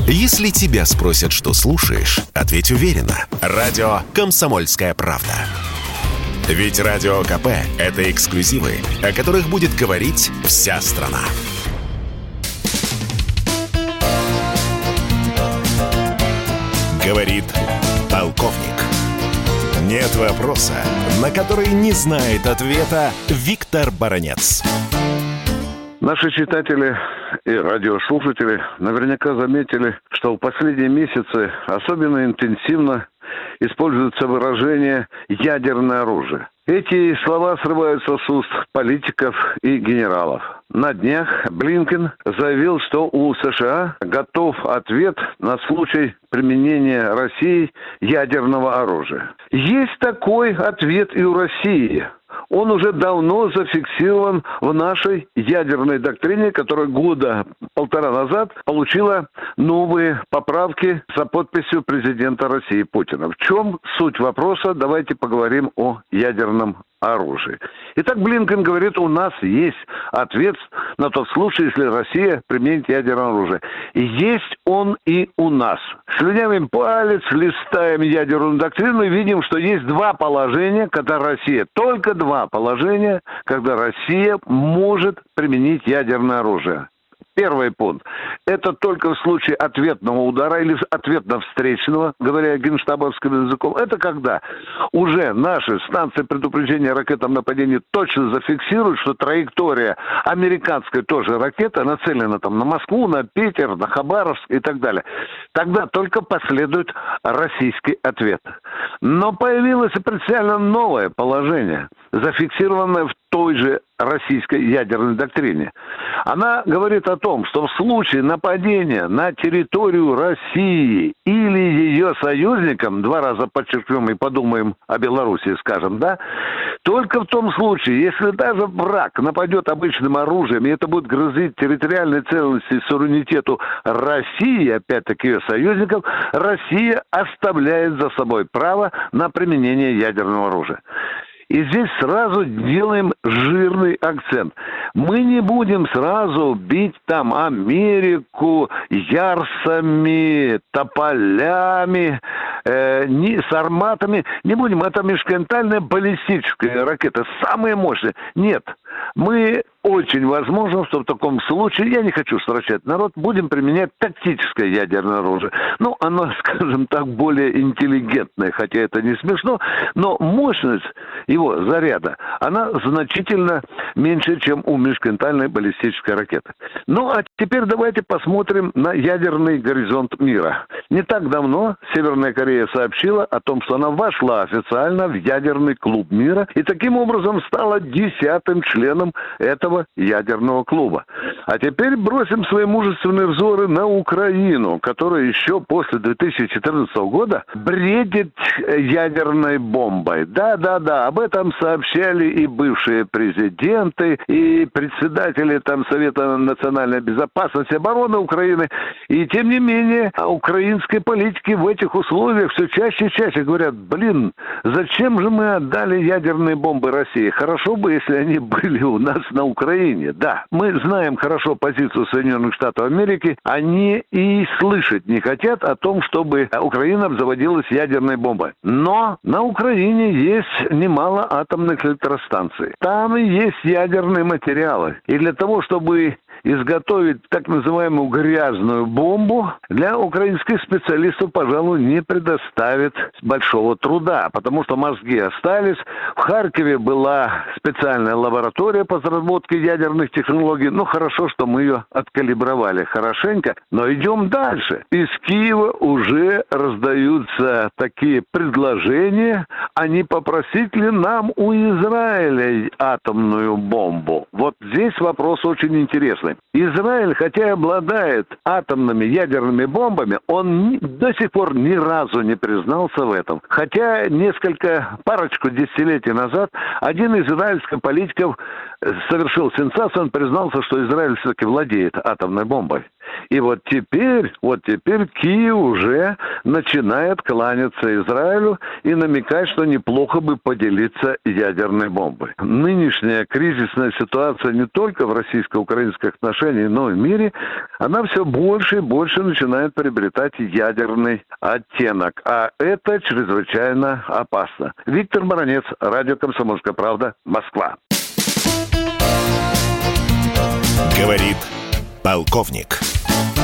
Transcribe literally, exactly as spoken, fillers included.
Если тебя спросят, что слушаешь, ответь уверенно. Радио «Комсомольская правда». Ведь Радио КП – это эксклюзивы, о которых будет говорить вся страна. Говорит полковник. Нет вопроса, на который не знает ответа Виктор Баранец. Наши читатели и радиослушатели наверняка заметили, что в последние месяцы особенно интенсивно используется выражение «ядерное оружие». Эти слова срываются с уст политиков и генералов. На днях Блинкен заявил, что у США готов ответ на случай применения Россией ядерного оружия. Есть такой ответ и у России. Он уже давно зафиксирован в нашей ядерной доктрине, которая года полтора назад получила новые поправки за подписью президента России Путина. В чем суть вопроса? Давайте поговорим о ядерном оружии. Итак, Блинкен говорит, у нас есть ответ на тот случай, если Россия применит ядерное оружие. И есть он и у нас. Слюнявим палец, листаем ядерную доктрину и видим, что есть два положения, когда Россия, только два положения, когда Россия может применить ядерное оружие. Первый пункт. Это только в случае ответного удара или ответно-встречного, говоря генштабовским языком. Это когда уже наши станции предупреждения о ракетном нападении точно зафиксируют, что траектория американской тоже ракеты нацелена там на Москву, на Питер, на Хабаровск и так далее. Тогда только последует российский ответ. Но появилось и принципиально новое положение, зафиксированное в той же российской ядерной доктрине. Она говорит о том, что в случае нападения на территорию России или ее союзникам, два раза подчеркнем и подумаем о Белоруссии, скажем, да, только в том случае, если даже враг нападет обычным оружием, и это будет грозить территориальной целостности и суверенитету России, опять-таки ее союзников, Россия оставляет за собой право на применение ядерного оружия. И здесь сразу делаем жирный акцент. Мы не будем сразу бить там Америку ярсами, тополями, э, не, с арматами. Не будем. Это межконтинентальная баллистическая ракета. Самые мощные. Нет. Мы очень возможно, что в таком случае, я не хочу стращать народ, будем применять тактическое ядерное оружие. Ну, оно, скажем так, более интеллигентное, хотя это не смешно, но мощность его заряда, она значительно меньше, чем у межконтинентальной баллистической ракеты. Ну, а теперь давайте посмотрим на ядерный горизонт мира. Не так давно Северная Корея сообщила о том, что она вошла официально в ядерный клуб мира и таким образом стала десятым членом этого ядерного клуба. А теперь бросим свои мужественные взоры на Украину, которая еще после две тысячи четырнадцатого года бредит ядерной бомбой. Да-да-да, об этом сообщали и бывшие президенты, и председатели там Совета национальной безопасности и обороны Украины. И тем не менее, украинские политики в этих условиях все чаще и чаще говорят, блин, зачем же мы отдали ядерные бомбы России? Хорошо бы, если они были у нас на Украине. Да, мы знаем хорошо позицию Соединенных Штатов Америки. Они и слышать не хотят о том, чтобы Украина обзаводилась ядерной бомбой. Но на Украине есть немало атомных электростанций. Там и есть ядерные материалы. И для того, чтобы изготовить так называемую грязную бомбу, для украинских специалистов, пожалуй, не предоставит большого труда, потому что мозги остались. В Харькове была специальная лаборатория по разработке ядерных технологий. Ну, хорошо, что мы ее откалибровали хорошенько, но идем дальше. Из Киева уже раздаются такие предложения, а не попросить ли нам у Израиля атомную бомбу? Вот здесь вопрос очень интересный. Израиль, хотя и обладает атомными ядерными бомбами, он ни, до сих пор ни разу не признался в этом. Хотя несколько, парочку десятилетий назад один из израильских политиков совершил сенсацию, он признался, что Израиль все-таки владеет атомной бомбой. И вот теперь, вот теперь Киев уже начинает кланяться Израилю и намекать, что неплохо бы поделиться ядерной бомбой. Нынешняя кризисная ситуация не только в российско-украинских отношениях, но и в мире, она все больше и больше начинает приобретать ядерный оттенок. А это чрезвычайно опасно. Виктор Баранец, радио «Комсомольская правда», Москва. Говорит полковник.